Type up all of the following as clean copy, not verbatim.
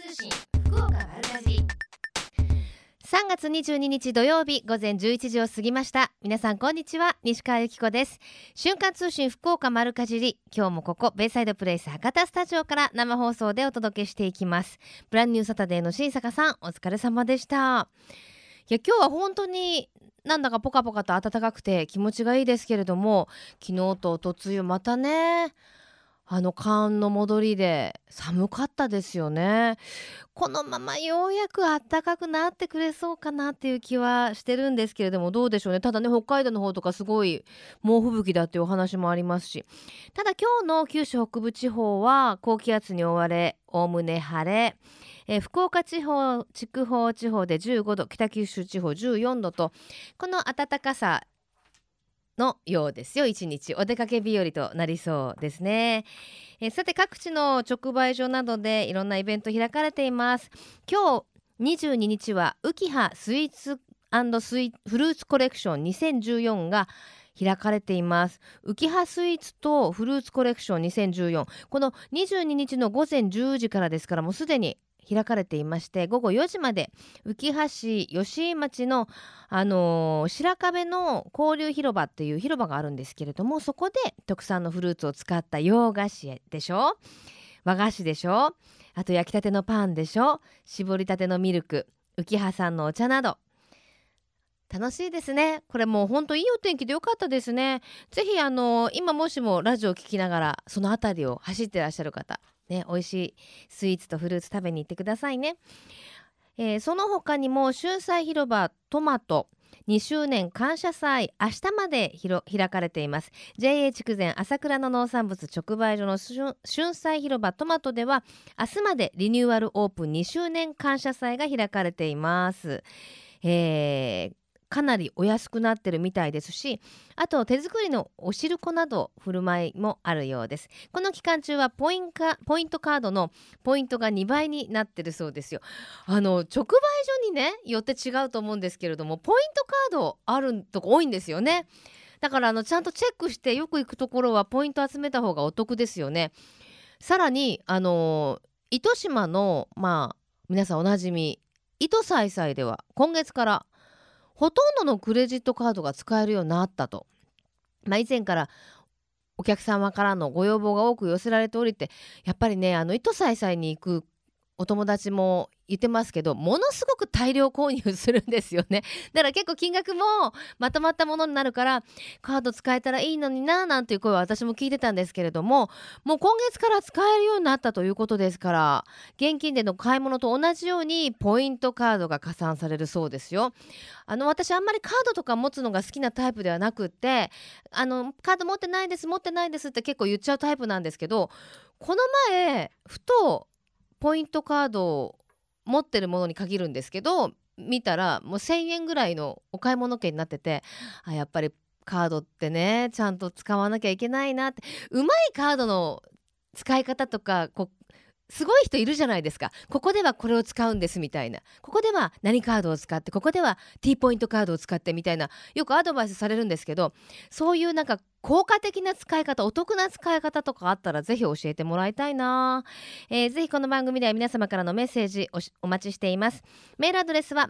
通信福岡丸かじり。3月22日土曜日午前11時を過ぎました。皆さんこんにちは、西川由紀子です。瞬間通信福岡丸かじり、今日もここベイサイドプレイス博多スタジオから生放送でお届けしていきます。ブランニューサタデーの新坂さん、お疲れ様でした。いや、今日は本当になんだかポカポカと暖かくて気持ちがいいですけれども、昨日と一昨日またね、寒の戻りで寒かったですよね。このままようやく暖かくなってくれそうかなっていう気はしてるんですけれども、どうでしょうね。ただね、北海道の方とかすごい猛吹雪だっていうお話もありますし、ただ今日の九州北部地方は高気圧に覆われおおむね晴れ、福岡地方、筑豊地方で15度、北九州地方14度と、この暖かさのようですよ。一日お出かけ日和となりそうですね。さて、各地の直売所などでいろんなイベント開かれています。今日22日はウキハスイーツフルーツコレクション2014が開かれています。ウキハスイーツとフルーツコレクション2014、この22日の午前10時からですから、もうすでに開かれていまして、午後4時までうきは市吉井町の、白壁の交流広場っていう広場があるんですけれども、そこで特産のフルーツを使った洋菓子でしょ、和菓子でしょ、あと焼きたてのパンでしょ、絞りたてのミルク、うきはさんのお茶など楽しいですね。これもう本当いいお天気でよかったですね。ぜひ今もしもラジオを聞きながらそのあたりを走ってらっしゃる方ね、美味しいスイーツとフルーツ食べに行ってくださいね。その他にも春菜広場トマト2周年感謝祭、明日まで開かれています。 JA 筑前朝倉の農産物直売所の春菜広場トマトでは明日までリニューアルオープン2周年感謝祭が開かれています。かなりお安くなってるみたいですし、あと手作りのお汁粉など振る舞いもあるようです。この期間中はポイントカードのポイントが2倍になってるそうですよ。直売所にねよって違うと思うんですけれども、ポイントカードあるとこ多いんですよね。だからちゃんとチェックしてよく行くところはポイント集めた方がお得ですよね。さらに糸島の皆さんおなじみ糸さいさいでは今月からほとんどのクレジットカードが使えるようになったと、以前からお客様からのご要望が多く寄せられておりて、やっぱりね糸さいさいに行くお友達も言ってますけど、ものすごく大量購入するんですよね。だから結構金額もまとまったものになるから、カード使えたらいいのにななんていう声は私も聞いてたんですけれども、もう今月から使えるようになったということですから、現金での買い物と同じようにポイントカードが加算されるそうですよ。私あんまりカードとか持つのが好きなタイプではなくって、カード持ってないですって結構言っちゃうタイプなんですけど、この前ふとポイントカードを持ってるものに限るんですけど見たら、もう1000円ぐらいのお買い物券になってて、やっぱりカードってねちゃんと使わなきゃいけないなって。うまいカードの使い方とかすごい人いるじゃないですか。ここではこれを使うんですみたいな、ここでは何カードを使って、ここでは T ポイントカードを使ってみたいな、よくアドバイスされるんですけど、そういうなんか効果的な使い方、お得な使い方とかあったらぜひ教えてもらいたいな。ぜひこの番組では皆様からのメッセージお待ちしています。メールアドレスは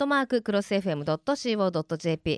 maru@crossfm.co.jp、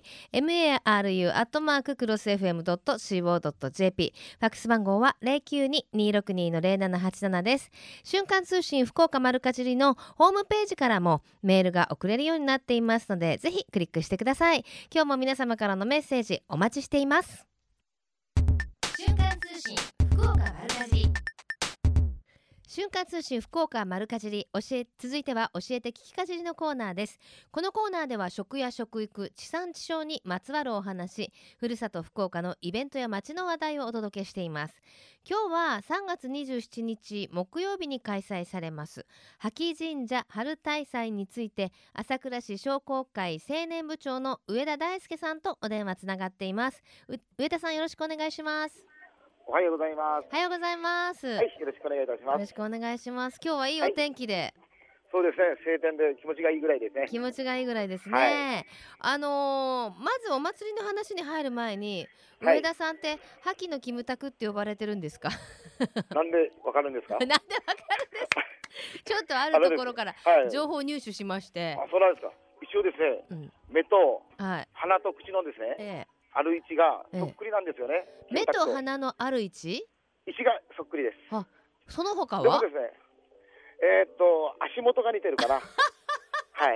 maru@crossfm.co.jp、 ファックス番号は 092-262-0787 です。瞬間通信福岡丸かじりのホームページからもメールが送れるようになっていますので、ぜひクリックしてください。今日も皆様からのメッセージお待ちしています。瞬間通信福岡丸かじり。瞬間通信福岡丸かじり、続いては教えて聞きかじりのコーナーです。このコーナーでは食や食育、地産地消にまつわるお話、ふるさと福岡のイベントや街の話題をお届けしています。今日は3月27日木曜日に開催されます萩神社春大祭について、朝倉市商工会青年部長の上田大輔さんとお電話つながっています。上田さん、よろしくお願いします。 おはようございます。 おはようございます。 はい、よろしくお願いいたします。 よろしくお願いします。今日はいいお天気で、 そうですね、晴天で気持ちがいいぐらいですね。 気持ちがいいぐらいですね。まずお祭りの話に入る前に、上田さんって覇気のキムタクって呼ばれてるんですか？ なんでわかるんですか？ なんでわかるんですか？ちょっとあるところからはい。 情報入手しまして、 あ、そうなんですか。一応ですね、 うん、 目とはい、 鼻と口のですね、 ええある位置がええ、 そっくりなんですよね。キム目とタクと。 鼻のある位置、 位置がそっくりです。 あ、その他は？ でもですね、足元が似てるかな。はい。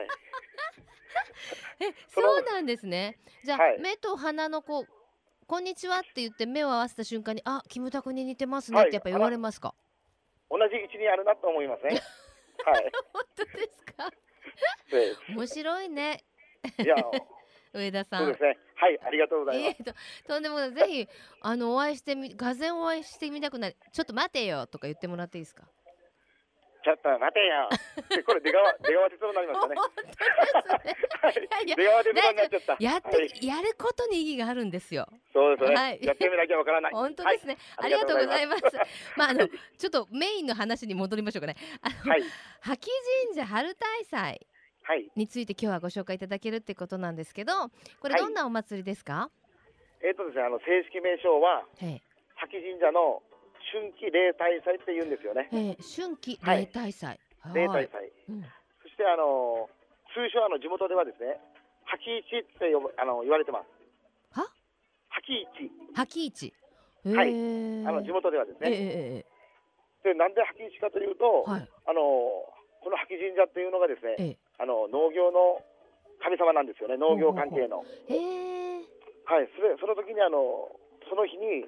そその、 うなんですね。じゃあはい。 目と鼻のこんにちはって言って目を合わせた瞬間に、あ、キムタクに似てますねっはい。 てやっぱ言われますか？ 同じ位置にあるなと思いますね。はい。 本当ですか？ で面白いね。 す。いや、 上田さん。 そうですね。はい、ありがとうございます。 いえ、とんでもない。ぜひお会いしてがぜお会いしてみたくなる。ちょっと待てよとか言ってもらっていいですか？ ちょっと待てよ。これ出川鉄道になりましたね。 本当ですね。 はい。 いやいや、 出川鉄道大丈になっちゃった。 夫。 はい。 やることに意義があるんですよ。 そうですよね。 はい。 やってみなきゃわからない。はい。 本当ですね。 ありありがとうごがとうございます。 ざいます。まあ、 はい。 ちょっとメインの話に戻りましょうかね。 はい。 白神社春大祭はい。 について今日はご紹介いただけるってことなんですけど、これはい。 どんなお祭りですか？ ですね、正式名称は、 え白神社の春季例大祭って言うんですよね。 春季例はい。 大祭。はい。 例大祭。 うん。 そして、通称地元ではですね、白市って言われてます。 は？ 白市。 はき市。 はい。地え元ではですね。 え。 で、なんで白市かというと、 はい。 この白神社っていうのがですね、 ええ。 農業の神様なんですよね。農業ほうほうほう。 関係の。 へえ。 はい。その時にその日に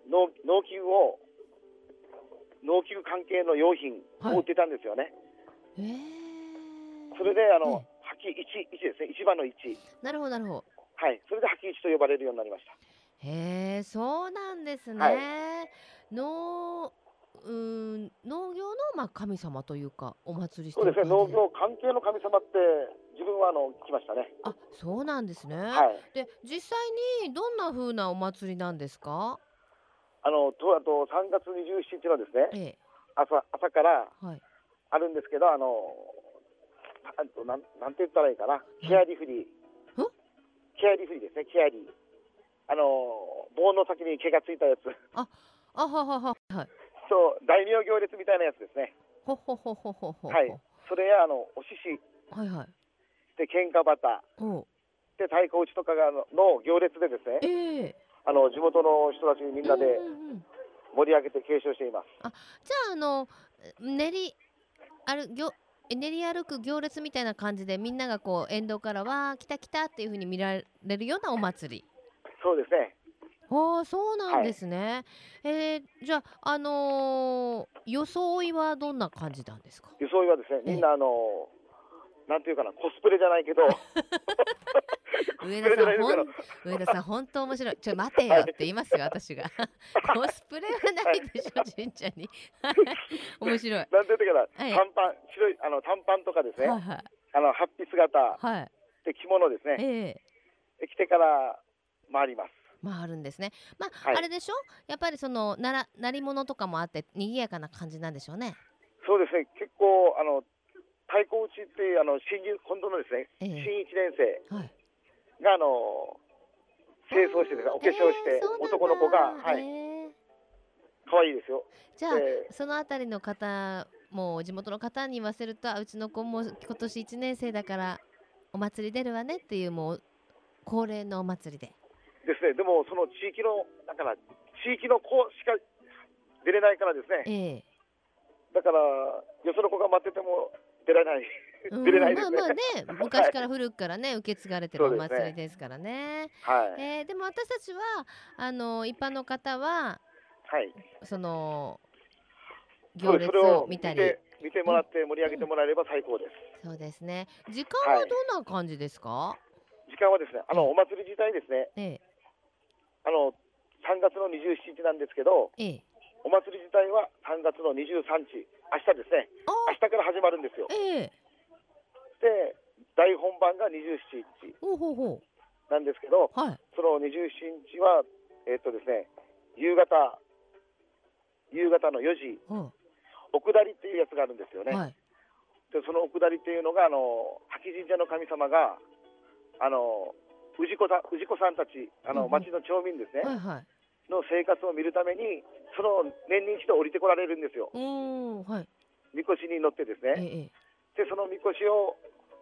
農機具関係の用品はい。 を売ってたんですよね。 えそれで、 え。ええ。 白市ですね。市場の市。 なるほどなるほど。 はい。それで白市と呼ばれるようになりました。 へえ、そうなんですはい。 ね。の農業の、まあ、神様というか、お祭りしてそうですね。 る感じで。 農業関係の神様って自分は聞きましたね。 あ、そうなんですね。 はい。 で、実際にどんな風なお祭りなんですか？ あと3月27日のですね、 ええ、 朝からはい。 あるんですけど、なんて言ったらいいかな。ケアリフリー。 ん？ ケアリフリーですね。ケアリー。棒の先に毛がついたやつ。 あ、あははは、はい。 そう、大名行列みたいなやつですね。 ほほほほほほはい。 ほ。 それや、お獅子、 はいはい。 で、喧嘩旗、 おう。 で、太鼓打ちとかの行列でですね、 ええ。 地元の人たちみんうんなでうんうん。 盛り上げて継承しています。 あ、じゃあ、練り練り歩く行列みたいな感じで、みんながこう沿道から「わー、来た来た」っていう風に見られるようなお祭り。 そうですね。 ああ、そうなんではい。 すね。じゃあ、装いはどんな感じなんですか？ 装いはですね、みんええ。 ななんていうかな、コスプレじゃないけど、コスプレじゃないですけど、 上田さん、本当面白い。待てはい。 よって言いますよ、私が。コスプレはなはい。 いでしょ、神社に。はい。面白い。 なんていうかな、 はい。 白い、短パンとかですね、 はいはい。 ハッピー姿、 はい。 で、着物ですね、 ええ。 着てから回ります。 まあ、あるんですね。まあ、 はい。 あれでしょ、やっぱり鳴り物とかもあって賑やかな感じなんでしょうね。 そうですね、結構、太鼓打ちっていう、今度のですね、 ええ。 新1年生はい。 が、 あ清掃してですね、おあ、え化粧しえ、 て、 そうなん男の子が、 だ。 はい、 ええ。 可愛いですよ。 じゃあ、 で、 そのあたりの方、もう地元の方に言わせると、うちの子も今年1年生だからお祭り出るわねっていう、もう恒例のお祭りで。 ですね、でも、そのだから、地域の子しか出れないからですね、 ええ。 だから、よその子が待ってても出られない、出れうん、 ないですね。 まあまあね、 はい。 昔から古くからね、受け継がれてるおそうですね。 祭りですからね。 はい。 でも私たちは、一般の方は、 はい。 そのそうです。それ行列をを見たり。 見てもうん、 らって盛り上げうん、 てもらえれば最高です。 そうですね。時間ははい。 どんな感じですか？ 時間はですね、 ええ、 お祭り自体ですね、 ええ、 3月の27日なんですけど、 ええ。 お祭り自体は3月の23日、明日ですね。 あ明日から始まるんですよ。 あ、ええ。 で、大本番が27日ほうほうほう。 なんですけど、 はい。 その27日は、ですね、夕方、夕方の4時、 はお下りっていうやつがあるんですよあ、 ね。 はい。 で、そのお下りっていうのが、白神社の神様が、氏子さんたち、 うんうん。 町の町民ですね、 はいはい。 の生活を見るために、その年に一度降りてこられるんですよ。 おお、はい。 みこしに乗ってですね。 ええええ。 でそのみこしを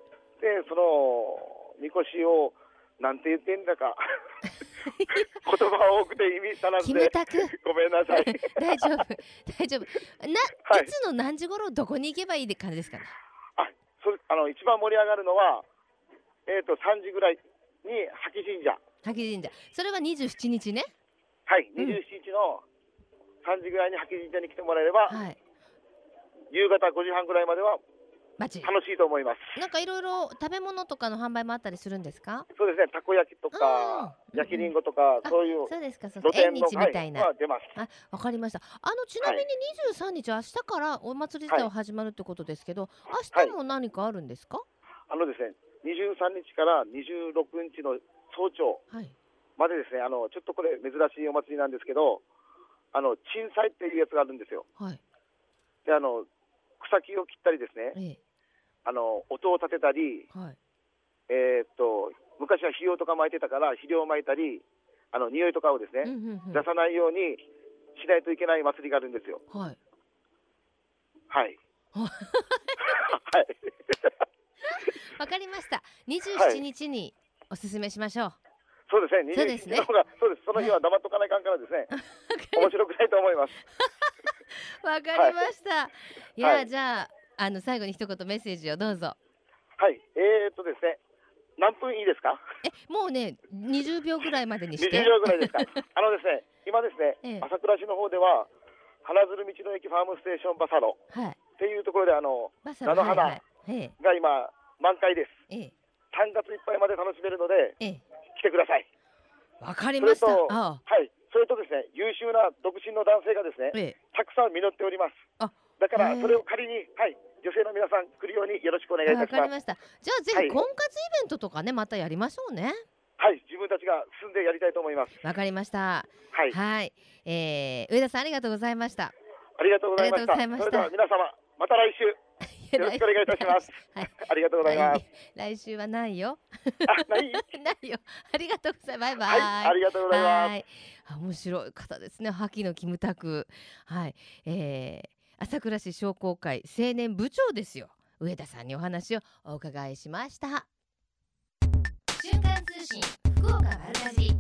なんて言ってんだか言葉多くて意味足らずでキムタクごめんなさい。 大丈夫大丈夫はいいつの何時頃どこに行けばいいって感じですかね。 一番盛り上がるのは、3時ぐらいに白神社、 萩神社、それは27日ね。 はい、 うん 27日の3時ぐらいに白神社に来てもらえれば、 はい、 夕方5時半ぐらいまではバッチリ。 楽しいと思います。 なんかいろいろ食べ物とかの販売もあったりするんですか？ そうですね、たこ焼きとか焼きりんごとか、そういうそうですか、そう露縁店の日みたいな、 は出ます。 わかりました。ちなみに23日、明日からお祭り自体は始まるってことですけど、明日も何かあるんですか？ ですね、23日から26日の早朝はい。 までですね、ちょっとこれ珍しいお祭りなんですけど、鎮祭っていうやつがあるんですよ。 はい。 で、草木を切ったりですね、 ええ。 音を立てたり、 はい。 昔は肥料とか撒いてたから肥料を撒いたり、匂いとかをですね、出さないようにしないといけない祭りがあるんですよ。 はい。 はいははいわかりました。27日におすすめしましょう。 そうですね、 そうですね 27日の方が、そうです、その日は黙っとかないかんからですね、面白くないと思います。 わかりました。いや、 はいじゃあ最後に一言メッセージをどうぞ。 はい、ですね、何分いいですかもうね20秒ぐらいまでにし ？20 て。 秒ぐらいですか。ですね、今ですね、 ええ朝倉市の方では、花鶴道の駅ファームステーションバサロはい。 っていうところで、 バサロ、 菜の花はいはい。 が今、満開です。 ええ 3月いっぱいまで楽しめるので、 ええ来てください。 わかりました。 それと、 あはい、それとですね、優秀な独身の男性がですね、 ええたくさん実っております。 あだから、 へえそれを借りに、はい、女性の皆さん来るようによろしくお願いいたします。 わかりました。じゃあぜはいひ婚活イベントとかねまたやりましょうね。 はい、自分たちが住んでやりたいと思います。 わかりました。 はい、 はい。上田さんありがとうございました。 ありがとうございました。 ありがとうございましたそれでは皆様、また来週よろしくお願いいたします。 はいありがとうございます。 来週はないよ。 ないないよ。ありがとうございます。バイバイ。 はい、ありがとうございます。 はい。面白い方ですね。萩野キムタク。はい。朝倉市商工会青年部長ですよ。上田さんにお話をお伺いしました。瞬間通信福岡丸かじり。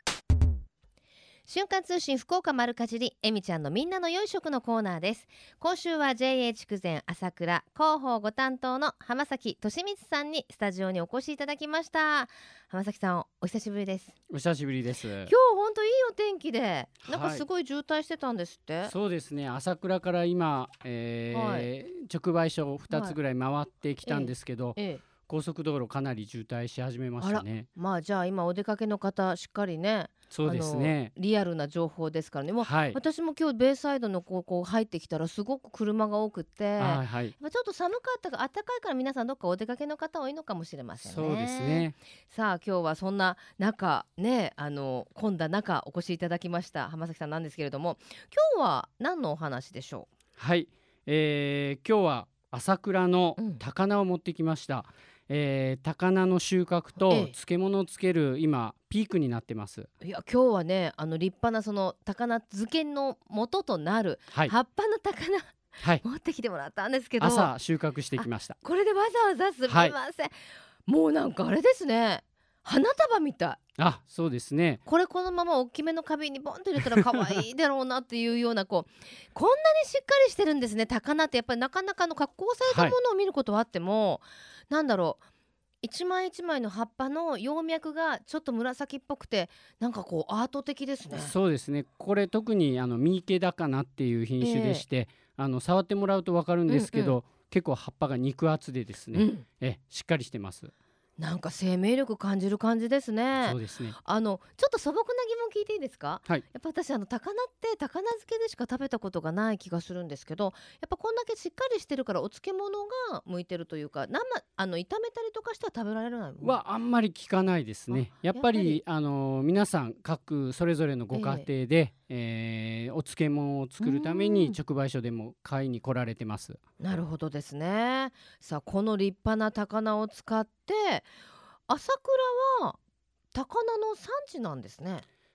瞬間通信福岡丸かじり、えみちゃんのみんなの良い食のコーナーです。今週は JA 筑前朝倉広報ご担当の浜崎俊光さんにスタジオにお越しいただきました。浜崎さんお久しぶりです。 お久しぶりです。 今日本当いいお天気で、なんかすごい渋滞してたんですって。 そうですね、朝倉から今、直売所2つぐらい回ってきたんですけど、高速道路かなり渋滞し始めましたね。 まあじゃあ今お出かけの方しっかりね、 そうですね、 リアルな情報ですからね。もう、 はい、 私も今日ベイサイドのこう入ってきたらすごく車が多くて、 はいはい、 ちょっと寒かったが暖かいから皆さんどっかお出かけの方多いのかもしれませんね。 そうですね。 さあ今日はそんな中ね、混んだ中お越しいただきました浜崎さんなんですけれども、今日は何のお話でしょう？ はい、今日は朝倉の高菜を持ってきました。高菜の収穫と漬物をつける今ピークになってます。 いや今日はね立派なその高菜漬けの元となる葉っぱの高菜、はい、持ってきてもらったんですけど、 朝収穫してきました。 これでわざわざすみません、はい、もうなんかあれですね、花束みたい。 あ、そうですね。 これこのまま大きめの花瓶にボンと入れたら可愛いだろうなっていうようなこんなにしっかりしてるんですね。高菜ってやっぱりなかなか加工されたものを見ることはあっても、なんだろう、一枚一枚の葉っぱの葉脈がちょっと紫っぽくてなんかこうアート的ですね。 そうですね。これ特に三池高菜っていう品種でして、触ってもらうと分かるんですけど、結構葉っぱが肉厚でですね、しっかりしてます。 なんか生命力感じる感じですね。 そうですね。 ちょっと素朴な疑問聞いていいですか？ はい。 やっぱ私高菜って高菜漬けでしか食べたことがない気がするんですけど、やっぱこんだけしっかりしてるからお漬物が向いてるというか、炒めたりとかしては食べられないもんはあんまり聞かないですね。やっぱり皆さん各それぞれのご家庭で、お漬物を作るために直売所でも買いに来られてます。 なるほどですね。さあこの立派な高菜を使って朝倉は高菜の産地なんですね。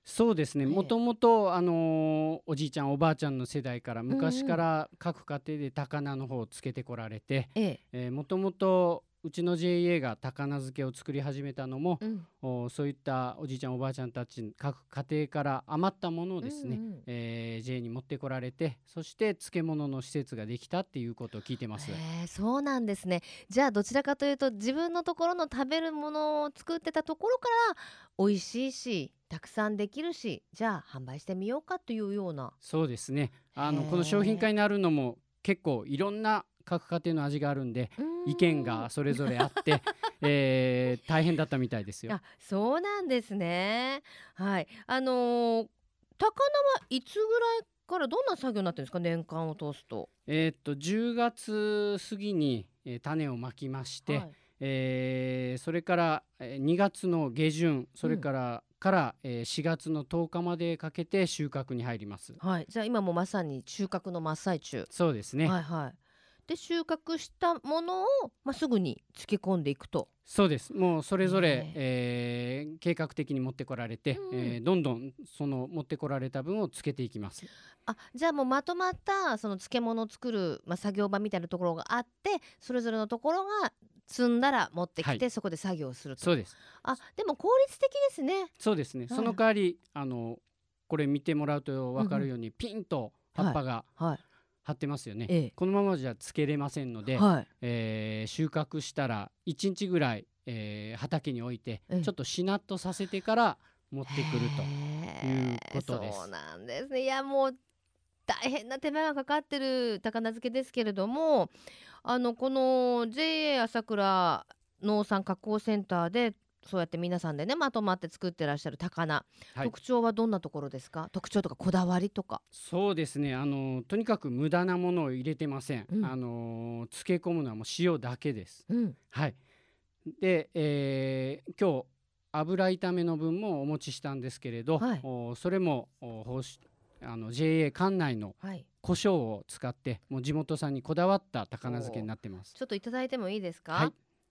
そうですね、もともとおじいちゃんおばあちゃんの世代から昔から各家庭で高菜の方をつけてこられて、もともとうちの JA が高菜漬けを作り始めたのも、そういったおじいちゃんおばあちゃんたち各家庭から余ったものをですね、JA に持ってこられて、そして漬物の施設ができたっていうことを聞いてます。 そうなんですね。じゃあどちらかというと自分のところの食べるものを作ってたところから美味しいしたくさんできるし、じゃあ販売してみようかというような。 そうですね、この商品化になるのも結構いろんな各家庭の味があるんで、意見がそれぞれあって、大変だったみたいですよ。 そうなんですね。はい。高菜はいつぐらいからどんな作業になってるんですか、年間を通すと。 10月過ぎに、種をまきまして、それから2月の下旬、それから4月の10日までかけて収穫に入ります。 じゃあ今もまさに収穫の真っ最中。 そうですね。 で収穫したものを、すぐに漬け込んでいくと。 そうです。もうそれぞれ、計画的に持ってこられて、どんどんその持ってこられた分を漬けていきます。 じゃあもうまとまったその漬物を作る、作業場みたいなところがあって、それぞれのところが積んだら持ってきて、そこで作業すると。 そうです。 でも効率的ですね。 そうですね。その代わりこれ見てもらうと分かるように、ピンと葉っぱが張ってますよね。このままじゃつけれませんので、収穫したら1日ぐらい、畑に置いて、ちょっとしなっとさせてから持ってくるということです。 そうなんですね。いやもう大変な手間がかかってる高菜漬けですけれども、この JA 朝倉農産加工センターでそうやって皆さんでねまとまって作ってらっしゃる高菜、特徴はどんなところですか？特徴とかこだわりとか。 そうですね、とにかく無駄なものを入れてません。漬け込むのはもう塩だけです。で、今日油炒めの分もお持ちしたんですけれど、それもJA 管内の胡椒を使ってもう地元産にこだわった高菜漬けになってます。 ちょっといただいてもいいですか？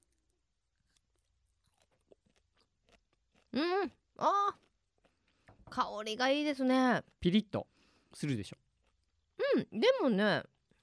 香りがいいですね。 ピリッとするでしょ。 でもね、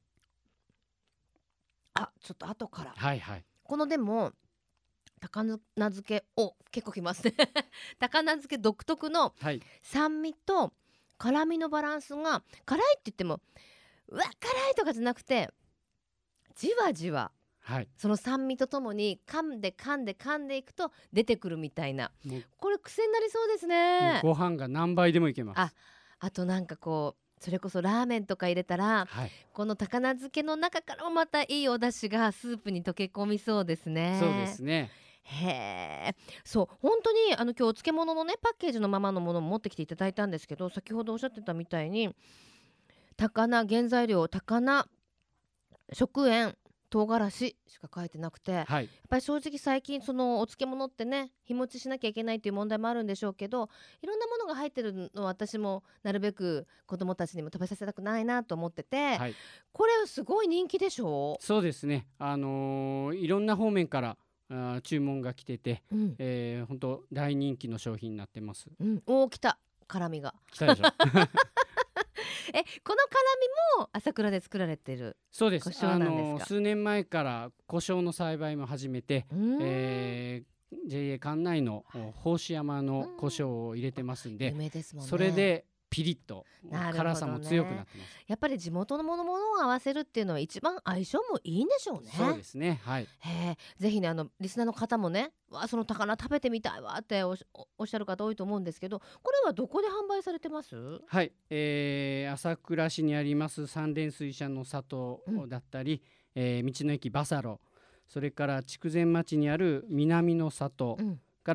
ちょっと後から、このでも高菜漬け結構きますね高菜漬け独特の酸味と辛みのバランスが、辛いって言っても辛いとかじゃなくて、じわじわその酸味とともに噛んでいくと出てくるみたいな、これ癖になりそうですね。 ご飯が何倍でもいけます。 あとなんかこうそれこそラーメンとか入れたら、この高菜漬けの中からもまたいいお出汁がスープに溶け込みそうですね。 そうですね。 そう本当に今日お漬物のねパッケージのままのものも持ってきていただいたんですけど、先ほどおっしゃってたみたいに高菜原材料高菜食塩唐辛子しか書いてなくて、やっぱり正直最近そのお漬物ってね日持ちしなきゃいけないっていう問題もあるんでしょうけど、いろんなものが入ってるのを私もなるべく子どもたちにも食べさせたくないなと思ってて、これすごい人気でしょ？ そうですね、いろんな方面から注文が来てて、本当大人気の商品になってます。 来た辛みが来たでしょこの辛みも朝倉で作られてる？ そうです。数年前から胡椒の栽培も始めて、JA 管内の宝志山の胡椒を入れてますんで、それでピリッと辛さも強くなってます。 やっぱり地元のものを合わせるっていうのは一番相性もいいんでしょうね。 そうですね。 ぜひねリスナーの方もねその高菜食べてみたいわっておっしゃる方多いと思うんですけど、これはどこで販売されてます？ 朝倉市にあります三連水車の里だったり、道の駅バサロ、それから筑前町にある南の里から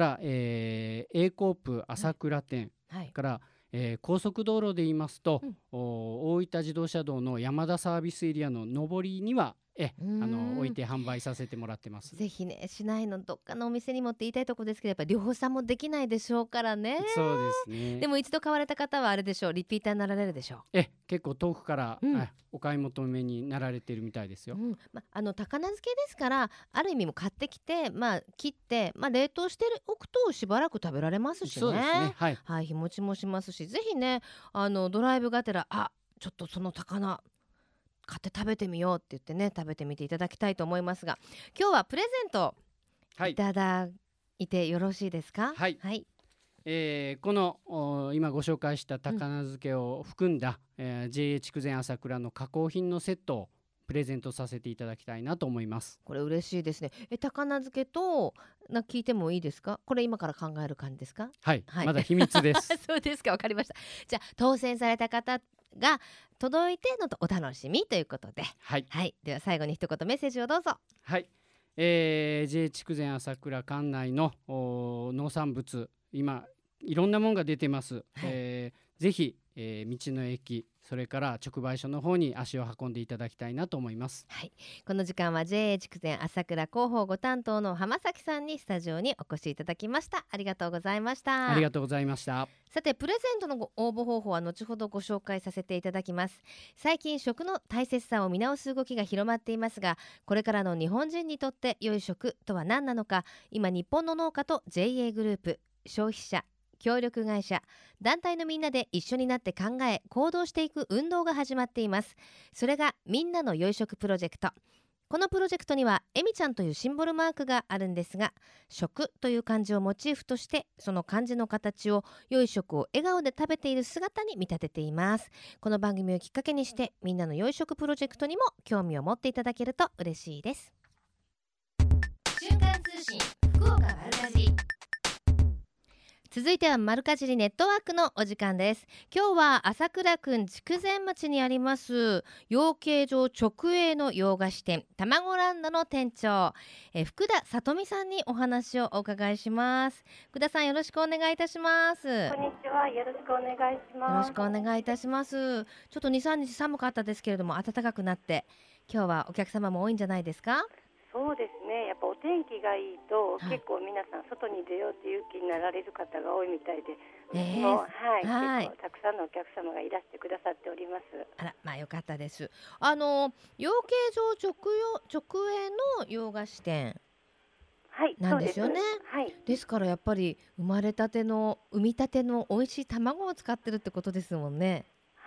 、A コープ朝倉店から、高速道路で言いますと、大分自動車道の山田サービスエリアの上りには置いて販売させてもらってます。 ぜひね、市内のどっかのお店にもって言いたいとこですけど、やっぱり量産もできないでしょうからね。 そうですね。 でも一度買われた方はあれでしょう、リピーターになられるでしょう。 結構遠くから、お買い求めになられてるみたいですよ。 高菜漬けですから、ある意味も買ってきて、切って、冷凍しておくとしばらく食べられますしね。 そうですね。 はい、日持ちもしますし、ぜひね、ドライブがてらちょっとその高菜買って食べてみようって言ってね、食べてみていただきたいと思いますが、今日はプレゼントいただいてよろしいですか？ はい、この今ご紹介した高菜漬けを含んだ、JA 筑前朝倉の加工品のセットをプレゼントさせていただきたいなと思います。 これ嬉しいですね。高菜漬けと聞いてもいいですか？これ今から考える感じですか？ はい、まだ秘密ですそうですか、わかりました。じゃあ当選された方が届いてのお楽しみということで、では最後に一言メッセージをどうぞ。 JA 筑前朝倉管内の農産物、今いろんなものが出てます。ぜひ、道の駅、それから直売所の方に足を運んでいただきたいなと思います。 この時間は JA 筑前朝倉広報ご担当の浜崎さんにスタジオにお越しいただきました。ありがとうございました。 ありがとうございました。 さて、プレゼントの応募方法は後ほどご紹介させていただきます。最近食の大切さを見直す動きが広まっていますが、これからの日本人にとって良い食とは何なのか、今日本の農家と JA グループ、消費者、協力会社、団体のみんなで一緒になって考え行動していく運動が始まっています。それがみんなの良い食プロジェクト。このプロジェクトにはえみちゃんというシンボルマークがあるんですが、食という漢字をモチーフとして、その漢字の形を良い食を笑顔で食べている姿に見立てています。この番組をきっかけにしてみんなの良い食プロジェクトにも興味を持っていただけると嬉しいです。瞬間通信福岡丸かじり。続いては丸かじりネットワークのお時間です。今日は朝倉郡筑前町にあります養鶏場直営の洋菓子店たまごランドの店長、福田さとみさんにお話をお伺いします。福田さん、よろしくお願いいたします。 こんにちは、よろしくお願いします。 よろしくお願いいたします。ちょっと 2,3 日寒かったですけれども、暖かくなって今日はお客様も多いんじゃないですか？ そうですね、やっぱお天気がいいと、結構皆さん外に出ようという気になられる方が多いみたいで、結構たくさんのお客様がいらしてくださっております。 あら、よかったです。養鶏場直営の洋菓子店なんですよね。ですからやっぱり生みたての美味しい卵を使ってるってことですもんね。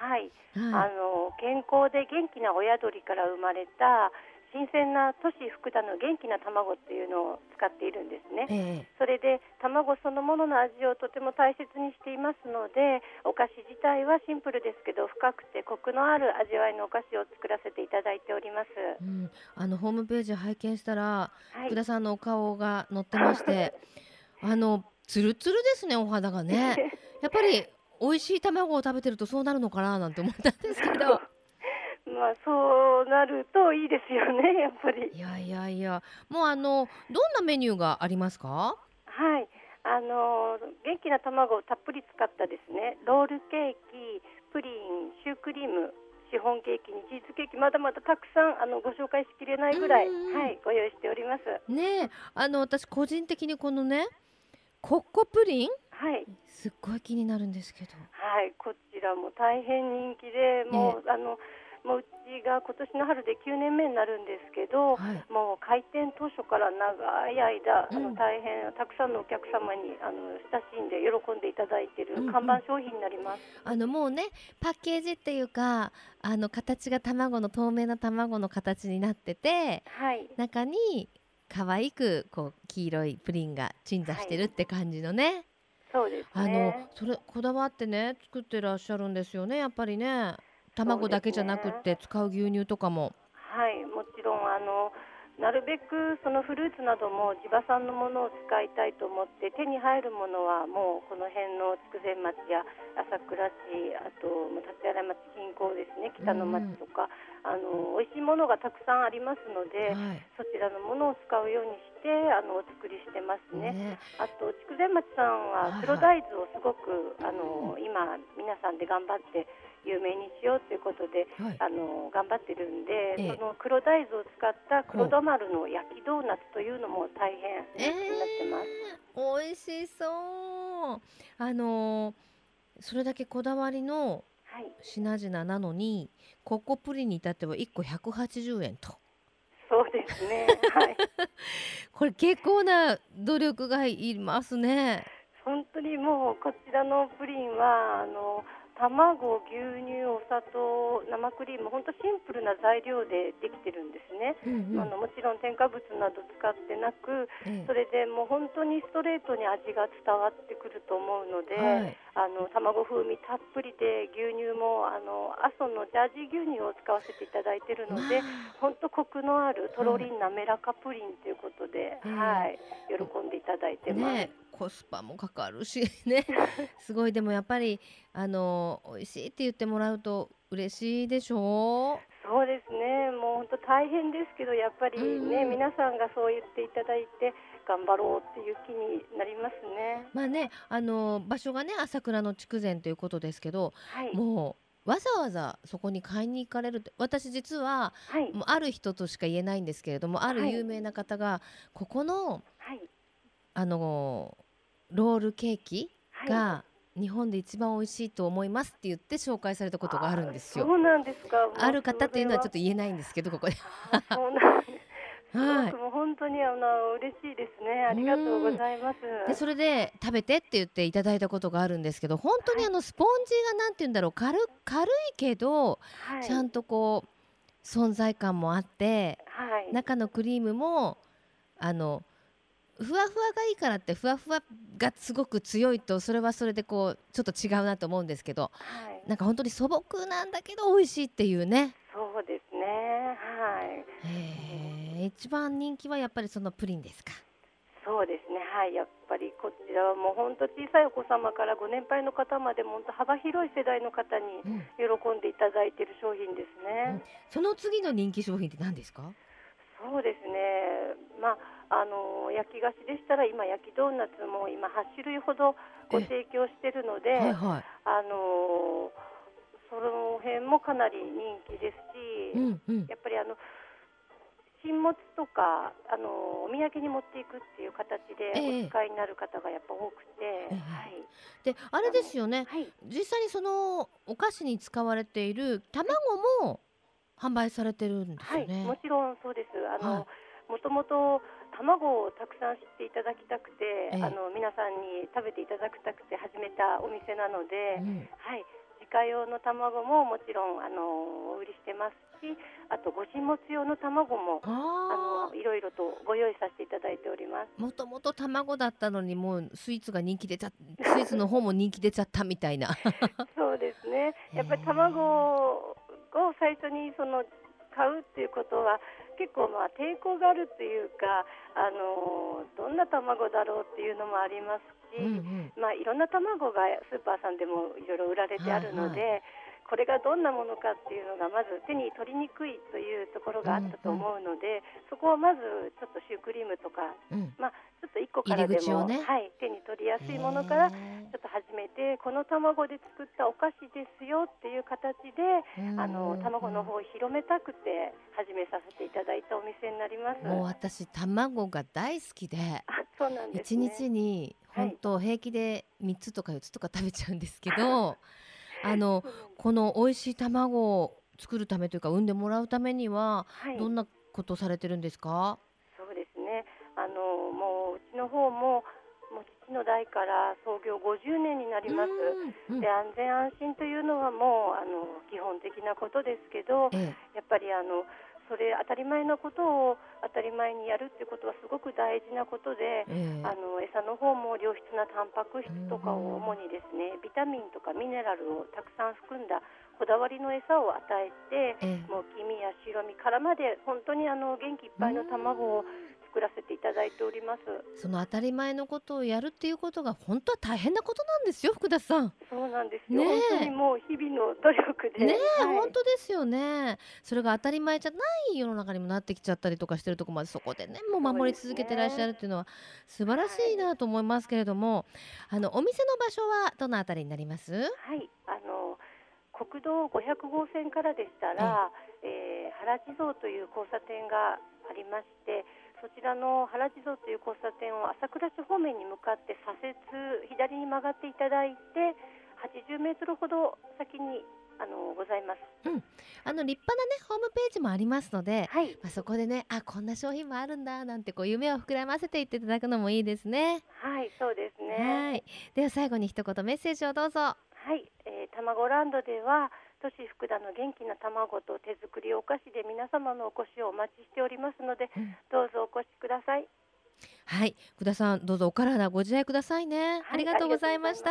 健康で元気な親鳥から生まれた新鮮な都市福田の元気な卵っていうのを使っているんですね。それで卵そのものの味をとても大切にしていますので、お菓子自体はシンプルですけど深くてコクのある味わいのお菓子を作らせていただいております。 ホームページ拝見したら、福田さんのお顔が載ってましてツルツルですね、お肌がね。やっぱり美味しい卵を食べてるとそうなるのかななんて思ったんですけどそうなるといいですよね、やっぱり。 いや、もうどんなメニューがありますか？ 元気な卵をたっぷり使ったですね、ロールケーキ、プリン、シュークリーム、シフォンケーキにチーズケーキ、まだまだたくさんご紹介しきれないぐらい、ご用意しておりますね。私個人的にこのねコッコプリン、すっごい気になるんですけど、 こちらも大変人気で、もううちが今年の春で9年目になるんですけど、もう開店当初から長い間大変たくさんのお客様に親しんで喜んでいただいている看板商品になります。 もうねパッケージっていうか形が透明な卵の形になってて、中に可愛く黄色いプリンが鎮座してるって感じのね。 そうですね。 それこだわってね作ってらっしゃるんですよね、やっぱりね。卵だけじゃなくって使う牛乳とかも。 もちろんなるべくそのフルーツなども地場産のものを使いたいと思って、手に入るものはもうこの辺の筑前町や朝倉市、あと立原町近郊ですね、北の町とか、美味しいものがたくさんありますので、そちらのものを使うようにしてお作りしてますね。あと筑前町さんは黒大豆をすごく今皆さんで頑張って有名にしようということで、 はい、 頑張ってるんで、その黒大豆を使った黒田丸の焼きドーナツというのも大変人気になってます。 美味しそう。それだけこだわりの品々なのに、ココプリンに至っては1個180円と。 そうですね、はい、 これ結構な努力がいますね。 本当にもうこちらのプリンは卵、牛乳、お砂糖、生クリーム、本当シンプルな材料でできてるんですね。もちろん添加物など使ってなく、それでもう本当にストレートに味が伝わってくると思うので、はい、卵風味たっぷりで、牛乳も阿蘇のジャージー牛乳を使わせていただいているので、本当コクのあるとろりん滑らかプリンということで、はい、喜んでいただいてます。ね、 コスパもかかるしねすごい。でもやっぱり美味しいって言ってもらうと嬉しいでしょう。 そうですね、もう本当大変ですけど、やっぱりね、皆さんがそう言っていただいて頑張ろうっていう気になりますね。 まあね、場所がね朝倉の筑前ということですけど、 はい、 もうわざわざそこに買いに行かれるって、私実は、はい、もうある人としか言えないんですけれども、ある有名な方がここの、はい、ロールケーキが日本で一番美味しいと思いますって言って紹介されたことがあるんですよ。 そうなんですか。 ある方っていうのはちょっと言えないんですけど、ここでそうなんです。はい、もう本当に嬉しいですね。ありがとうございます。 でそれで食べてって言っていただいたことがあるんですけど、本当にスポンジがなんて言うんだろう、軽いけど、はい、ちゃんとこう存在感もあって、はい、中のクリームもふわふわがいいからってふわふわがすごく強いと、それはそれでこうちょっと違うなと思うんですけど、はい、なんか本当に素朴なんだけど美味しいっていうね。 そうですね、はい。 一番人気はやっぱりそのプリンですか。 そうですね、はい。やっぱりこちらはもう本当小さいお子様からご年配の方までも本当幅広い世代の方に喜んでいただいている商品ですね。 その次の人気商品って何ですか。 そうですね、焼き菓子でしたら今焼きドーナツも今8種類ほどご提供しているので、はいはい、その辺もかなり人気ですし、やっぱり新物とかお土産に持っていくっていう形でお使いになる方がやっぱ多くて、はい、 であれですよね、 はい、 実際にそのお菓子に使われている卵も販売されてるんですよね。 はい、もちろんそうです。もともと卵をたくさん知っていただきたくて、皆さんに食べていただきたくて始めたお店なので、はい、自家用の卵ももちろんお売りしてますし、あとご神物用の卵もいろいろとご用意させていただいております。 もともと卵だったのにもうスイーツが人気出ちゃスイーツの方も人気出ちゃったみたいなそうですね、やっぱり卵を最初に買うっていうことは結構抵抗があるっていうか、どんな卵だろうっていうのもありますし、いろんな卵がスーパーさんでもいろいろ売られてあるので、はいはい、これがどんなものかっていうのがまず手に取りにくいというところがあったと思うので、そこをまずちょっとシュークリームとか、ちょっと1個からでも、ね、はい、手に取りやすいものからちょっと始めて、この卵で作ったお菓子ですよっていう形で卵の方を広めたくて始めさせていただいたお店になります。 もう私卵が大好きで、 そうなんですね、 1日に本当平気で3つとか4つとか食べちゃうんですけどこの美味しい卵を作るためというか産んでもらうためにはどんなことをされてるんですか。 そうですね、もううちの方も父の代から創業50年になります。で、安全安心というのはもう基本的なことですけど、やっぱりそれ当たり前のことを当たり前にやるっていうことはすごく大事なことで、餌の方も良質なタンパク質とかを主にですね、ビタミンとかミネラルをたくさん含んだこだわりの餌を与えて、もう黄身や白身からまで本当に元気いっぱいの卵を作らせていただいております。 その当たり前のことをやるっていうことが本当は大変なことなんですよ、福田さん。 そうなんですよ、本当にもう日々の努力で、 本当ですよね。それが当たり前じゃない世の中にもなってきちゃったりとかしてるところまでそこでね、もう守り続けてらっしゃるっていうのは素晴らしいなと思いますけれども、お店の場所はどのあたりになります？ はい、 国道500号線からでしたら、原地蔵という交差点がありまして、そちらの原地蔵という交差点を朝倉市方面に向かって左折、左に曲がっていただいて80メートルほど先にございます。 立派なねホームページもありますので、 はい、 そこでね、こんな商品もあるんだなんて夢を膨らませていっていただくのもいいですね。 はい、そうですね。 はい、では最後に一言メッセージをどうぞ。 はい、たまごランドでは都市福田の元気な卵と手作りお菓子で皆様のお越しをお待ちしておりますので、どうぞお越しください。 はい、福田さんどうぞお体ご自愛くださいね。ありがとうございました。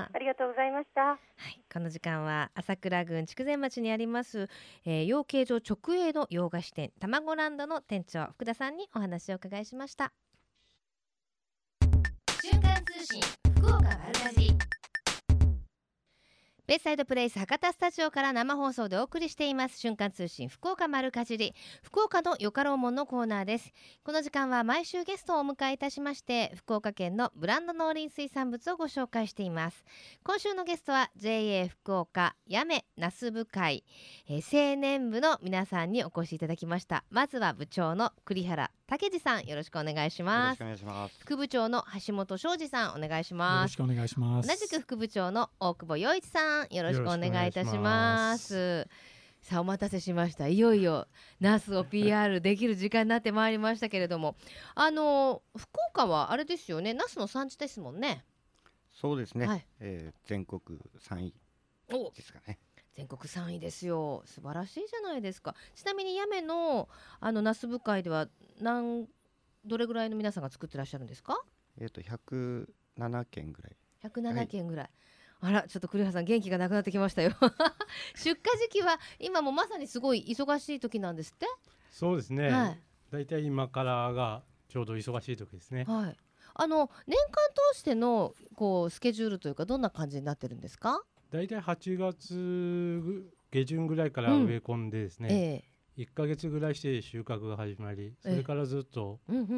ありがとうございました。 はい、この時間は朝倉郡筑前町にあります、養鶏場直営の洋菓子店たまごランドの店長福田さんにお話をお伺いしました。瞬間通信福岡丸かじり、ベイサイドプレイス博多スタジオから生放送でお送りしています瞬間通信福岡丸かじり、福岡のよかろうもんのコーナーです。この時間は毎週ゲストをお迎えいたしまして、福岡県のブランド農林水産物をご紹介しています。今週のゲストは JA 福岡八女那須部会、青年部の皆さんにお越しいただきました。まずは部長の栗原武次さん、よろしくお願いします。 よろしくお願いします。 副部長の橋本昌司さん、お願いします。 よろしくお願いします。 同じく副部長の大久保洋一さん、よろしくお願いいたします。さあお待たせしました。いよいよナスを PR できる時間になってまいりましたけれども、福岡はあれですよね、ナスの産地ですもんね。 そうですね、 はい、 全国3位ですかね。 全国3位ですよ。素晴らしいじゃないですか。ちなみに八女のナス部会ではどれぐらいの皆さんが作ってらっしゃるんですか ？107件ぐらい。 107件ぐらい、はい、あら、ちょっと栗原さん元気がなくなってきましたよ出荷時期は今もまさにすごい忙しい時なんですって。 そうですね、 はい、 だいたい今からがちょうど忙しい時ですね。 はい、年間通してのスケジュールというかどんな感じになってるんですか？ だいたい8月下旬ぐらいから植え込んでですね、1ヶ月ぐらいして収穫が始まり、それからずっと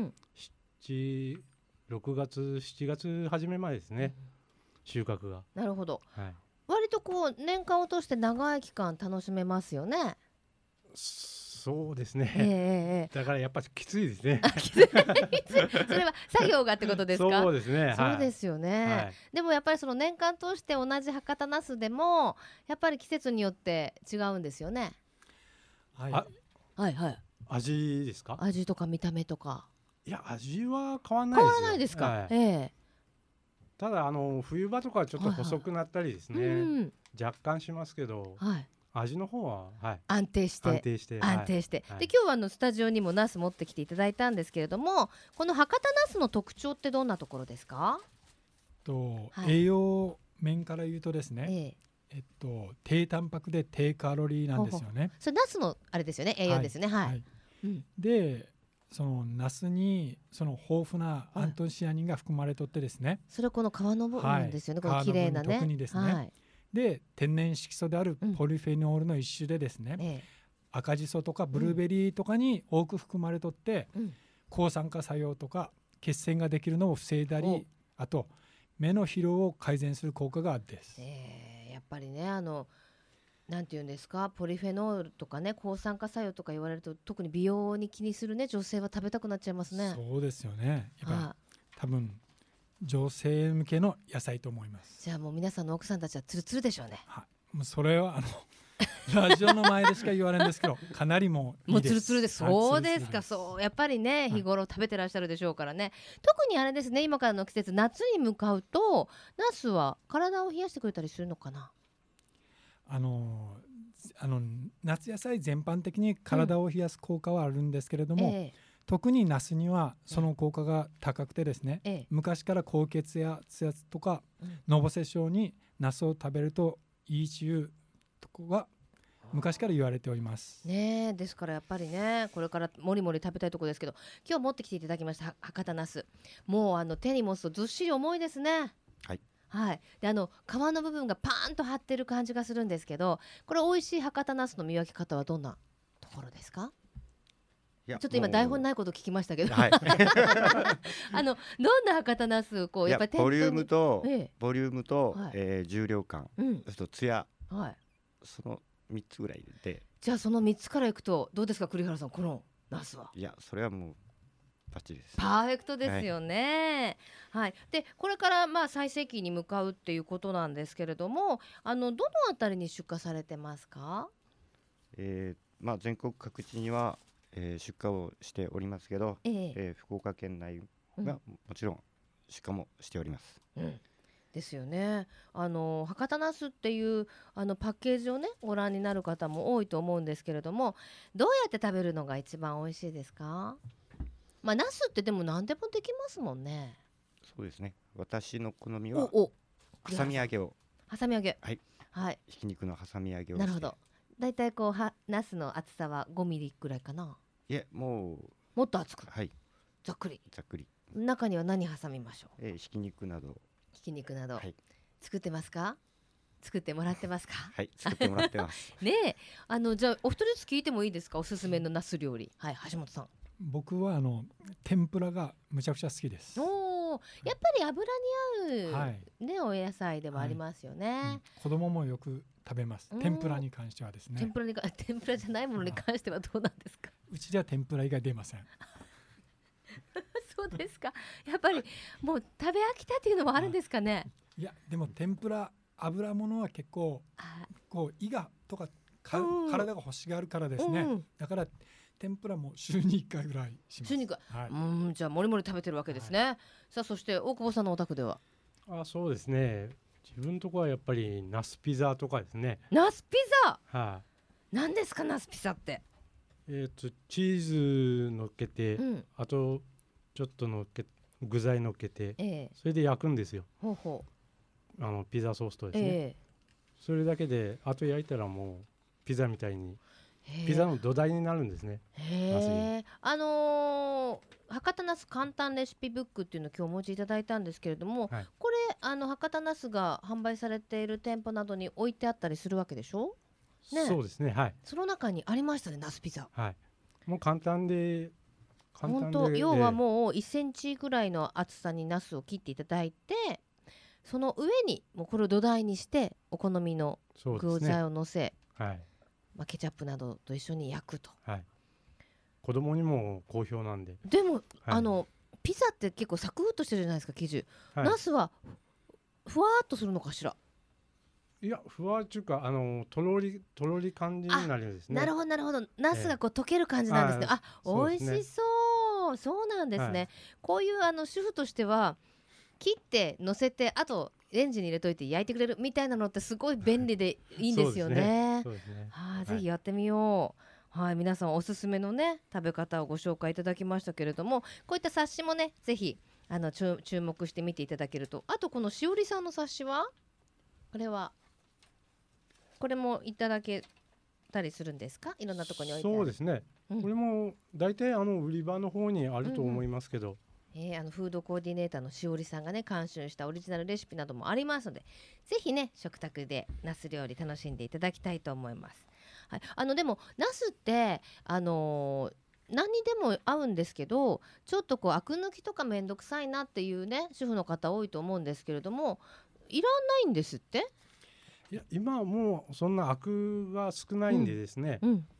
6月7月初めまでですね、収穫が。 なるほど、 はい、 割と年間を通して長い期間楽しめますよね。 そうですね、だからやっぱりきついですねそれは作業がってことですか？ そうですね、 そうですよね、 はい、 でもやっぱりその年間通して同じ博多ナスでもやっぱり季節によって違うんですよね。 はいはいはい。 味ですか？ 味とか見た目とか。 いや、味は変わらないですよ。 変わらないですか？ はい、ただ冬場とかちょっと細くなったりですね、若干しますけど、はい、味の方は、はい、安定して、 はい、で今日はスタジオにもナス持ってきていただいたんですけれども、この博多ナスの特徴ってどんなところですか？ 栄養面から言うとですね、低タンパクで低カロリーなんですよね。 それナスのあれですよね、栄養ですね。はい、 でそのナスにその豊富なアントシアニンが含まれとってですね、 それはこの皮の部分ですよね、この綺麗なね。 特にですね、で天然色素であるポリフェノールの一種でですね、赤じそとかブルーベリーとかに多く含まれとって、抗酸化作用とか血栓ができるのを防いだり、あと目の疲労を改善する効果があるんです。 やっぱりね、なんていうんですか、ポリフェノールとかね、抗酸化作用とか言われると特に美容に気にするね女性は食べたくなっちゃいますね。 そうですよね。やっぱ多分女性向けの野菜と思います。 じゃあもう皆さんの奥さんたちはツルツルでしょうね。 もうそれはラジオの前でしか言われるんですけどかなりもういいです。 もうツルツルです。そうですか。そうやっぱりね、日頃食べてらっしゃるでしょうからね。特にあれですね、今からの季節夏に向かうとナスは体を冷やしてくれたりするのかな？ 夏野菜全般的に体を冷やす効果はあるんですけれども、特にナスにはその効果が高くてですね、昔から高血圧とかのぼせ症にナスを食べるといいというとこが昔から言われておりますね。ですからやっぱりね、これからもりもり食べたいところですけど、今日持ってきていただきました博多ナス、もう手に持つとずっしり重いですね。はい、で皮の部分がパーンと張ってる感じがするんですけど、これ美味しい博多ナスの見分け方はどんなところですか？ちょっと今台本ないこと聞きましたけど、はい、どんな博多ナスやっぱりボリュームと、重量感、それとツヤ、 その3つぐらいで。 じゃあその3つからいくとどうですか栗原さん、このナスは。 いやそれはもうバッチリです。 パーフェクトですよね。はい、でこれから最盛期に向かうっていうことなんですけれども、どのあたりに出荷されてますか？ 全国各地には、出荷をしておりますけど、福岡県内がもちろん出荷もしております。 ですよね。博多ナスっていうパッケージをねご覧になる方も多いと思うんですけれども、どうやって食べるのが一番美味しいですか？ナスってでも何でもできますもんね。 そうですね。私の好みは挟み揚げを。 挟み揚げ。 はい。 はい。 ひき肉の挟み揚げを。 なるほど。だいたいナスの厚さは5ミリくらいかな。 いえ、もっと厚く。 はい。 ざっくり。 ざっくり。 中には何挟みましょう？ひき肉など。 ひき肉など。 はい。 作ってますか？作ってもらってますか？ はい、作ってもらってます。 ねえ、じゃあお一人ずつ聞いてもいいですか？おすすめのナス料理。はい、橋本さん。 僕は天ぷらがむちゃくちゃ好きです。 おー、やっぱり油に合う、ね、お野菜でもありますよね。 子供もよく食べます。天ぷらに関してはですね。 天ぷらじゃないものに関してはどうなんですか？ うちでは天ぷら以外出ません。 そうですか。やっぱりもう食べ飽きたっていうのもあるんですかね。 いやでも天ぷら油物は結構胃がとか体が欲しがるからですね。だから天ぷらも週に1回ぐらいします。 週に1回。じゃあもりもり食べてるわけですね。さあそして大久保さんのお宅では。 そうですね。自分のところはやっぱりナスピザとかですね。 ナスピザ。 はい。 何ですかナスピザって。 チーズ乗っけて、あとちょっと具材乗っけて、それで焼くんですよ。ピザソースとですね。それだけであと焼いたらもうピザみたいにピザの土台になるんですね。 博多ナス簡単レシピブックっていうのを今日お持ちいただいたんですけれども、これ博多ナスが販売されている店舗などに置いてあったりするわけでしょ？ そうですね。はい。 その中にありましたねナスピザ。 はい。もう簡単で。 本当要はもう1センチぐらいの厚さにナスを切っていただいて、その上にもうこれを土台にしてお好みの具材をのせ、ケチャップなどと一緒に焼くと。 子供にも好評なんで。 でも、ピザって結構サクッとしてるじゃないですか生地。ナスはふわっとするのかしら？ いやふわっていうかとろり感じになるんですね。 なるほどなるほど。ナスが溶ける感じなんですね。美味しそう。そうなんですね。こういう主婦としては切って乗せてあとレンジに入れといて焼いてくれるみたいなのってすごい便利でいいんですよね。ぜひやってみよう。はい、皆さんおすすめのね食べ方をご紹介いただきましたけれども、こういった冊子もねぜひ注目して見ていただけると。あとこのしおりさんの冊子はこれもいただけたりするんですか？いろんなところに置いてある。 そうですね。これも大体売り場の方にあると思いますけど。 フードコーディネーターのしおりさんがね監修したオリジナルレシピなどもありますので、ぜひね食卓でナス料理楽しんでいただきたいと思います。はい、でもナスって何にでも合うんですけど、ちょっとアク抜きとかめんどくさいなっていうね主婦の方多いと思うんですけれども、いらないんですって？ いや今はもうそんなアクが少ないんでですね、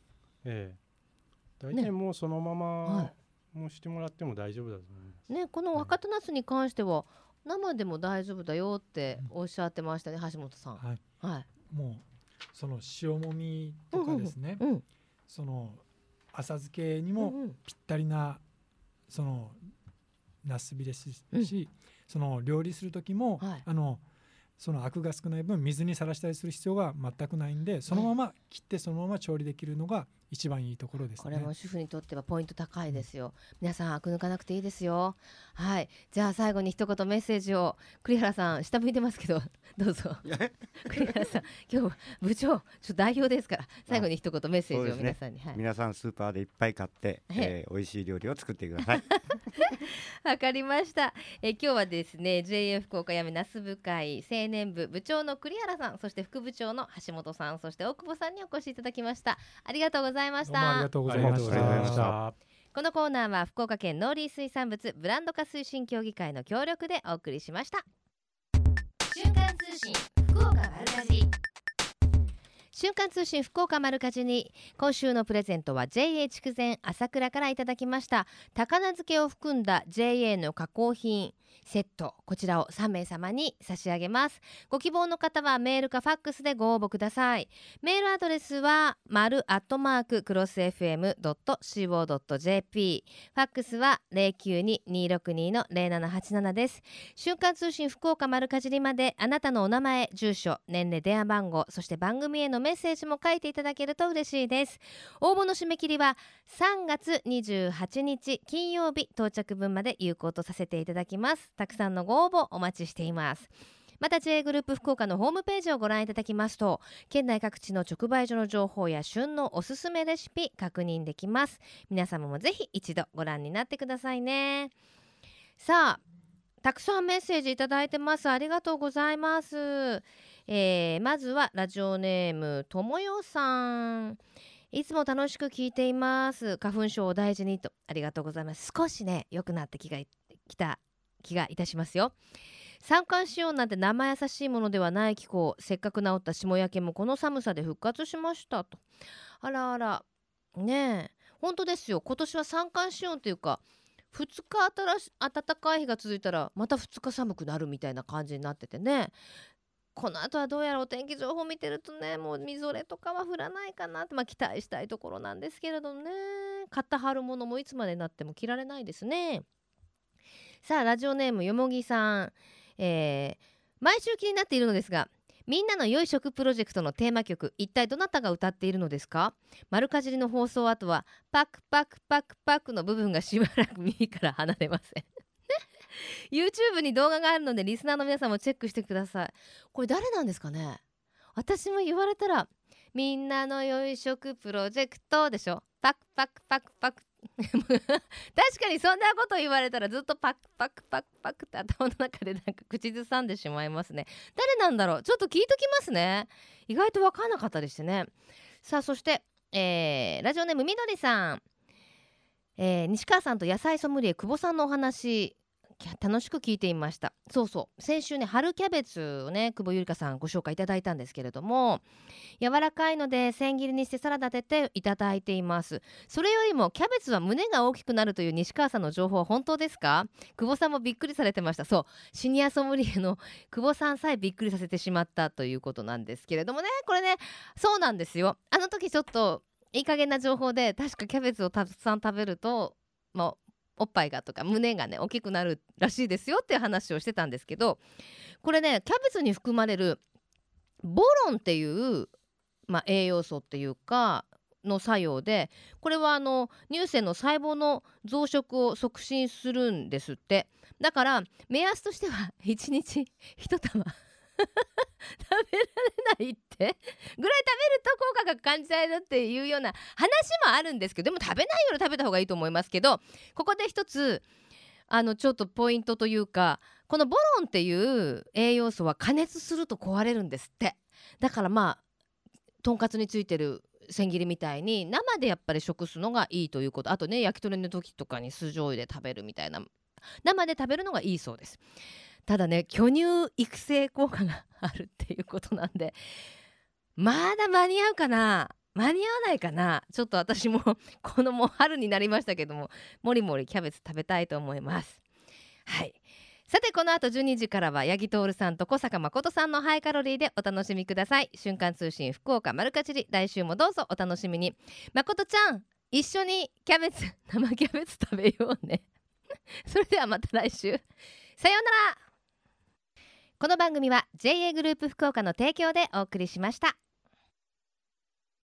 大体もうそのままもしてもらっても大丈夫だと思いますね。この博多ナスに関しては生でも大丈夫だよっておっしゃってましたね、橋本さん。 もうその塩もみとかですね、その浅漬けにもぴったりなそのナスビですし、その料理する時もそのアクが少ない分水にさらしたりする必要が全くないんで、そのまま切ってそのまま調理できるのが一番いいところですね。 これも主婦にとってはポイント高いですよ。皆さんアク抜かなくていいですよ。はい、じゃあ最後に一言メッセージを。栗原さん下向いてますけどどうぞ。栗原さん今日部長代表ですから、最後に一言メッセージを皆さんに。 皆さんスーパーでいっぱい買って、美味しい料理を作ってください。 わかりました。今日はですね JA 福岡やめナス部会青年部部長の栗原さん、そして副部長の橋本さん、そして大久保さんにお越しいただきました。ありがとうございました。 どうもありがとうございました。 このコーナーは福岡県農林水産物ブランド化推進協議会の協力でお送りしました。瞬間通信福岡丸かじり。 瞬間通信福岡丸かじり、今週のプレゼントは JA 筑前朝倉からいただきました高菜漬けを含んだ JA の加工品セット、こちらを3名様に差し上げます。ご希望の方はメールかファックスでご応募ください。メールアドレスはmaru@crossfm.co.jp、 ファックスは 092-262-0787 です。瞬間通信福岡丸かじりまであなたのお名前、住所、年齢、電話番号、そして番組へのメッセージも書いていただけると嬉しいです。応募の締め切りは3月28日金曜日到着分まで有効とさせていただきます。たくさんのご応募お待ちしています。また JA グループ福岡のホームページをご覧いただきますと、県内各地の直売所の情報や旬のおすすめレシピ確認できます。皆様もぜひ一度ご覧になってくださいね。さあ、たくさんメッセージいただいてます。ありがとうございます。まずはラジオネームともよさん、いつも楽しく聞いています。花粉症を大事にと、ありがとうございます。少しね良くなってきた気がいたしますよ。三寒四温なんて生優しいものではない気候、せっかく治った霜焼けもこの寒さで復活しましたと。あらあらねえ、本当ですよ。今年は三寒四温というか2日暖かい日が続いたらまた2日寒くなるみたいな感じになっててね、この後はどうやらお天気情報見てるとね、もうみぞれとかは降らないかなって、期待したいところなんですけれどね。買った春物もいつまでになっても着られないですね。さあ、ラジオネームよもぎさん、毎週気になっているのですが、みんなの良い食プロジェクトのテーマ曲、一体どなたが歌っているのですか？丸かじりの放送後はパクパクパクパクの部分がしばらく耳から離れませんYouTube に動画があるのでリスナーの皆さんもチェックしてください。これ誰なんですかね？私も言われたらみんなの良い食プロジェクトでしょ。パクパクパクパク確かにそんなこと言われたらずっとパクパクパクパクって頭の中でなんか口ずさんでしまいますね。誰なんだろう、ちょっと聞いときますね。意外と分かんなかったですね。さあ、そして、ラジオネームみどりさん、西川さんと野菜ソムリエ久保さんのお話楽しく聞いていました。そうそう、先週ね春キャベツをね久保ゆりかさんご紹介いただいたんですけれども、柔らかいので千切りにしてサラダ立てていただいています。それよりもキャベツは胸が大きくなるという西川さんの情報は本当ですか？久保さんもびっくりされてました。そう、シニアソムリエの久保さんさえびっくりさせてしまったということなんですけれどもね、これねそうなんですよ。あの時ちょっといい加減な情報で、確かキャベツをたくさん食べるとおっぱいがとか胸がね大きくなるらしいですよっていう話をしてたんですけど、これねキャベツに含まれるボロンっていう、栄養素っていうかの作用で、これは乳腺の細胞の増殖を促進するんですって。だから目安としては1日1玉食べられないってぐらい食べると効果が感じられるっていうような話もあるんですけど、でも食べないより食べた方がいいと思いますけど、ここで一つちょっとポイントというか、このボロンっていう栄養素は加熱すると壊れるんですって。だからとんかつについてる千切りみたいに生でやっぱり食すのがいいということ。あとね焼き鳥の時とかに酢醤油で食べるみたいな、生で食べるのがいいそうです。ただね巨乳育成効果があるっていうことなんで、まだ間に合うかな、間に合わないかな。ちょっと私もこのもう春になりましたけども、もりもりキャベツ食べたいと思います。はい、さてこの後12時からは八木徹さんと小坂誠さんのハイカロリーでお楽しみください。瞬間通信福岡丸かじり、来週もどうぞお楽しみに。誠ちゃん一緒に生キャベツ食べようねそれではまた来週、さようなら。この番組は JA グループ福岡の提供でお送りしました。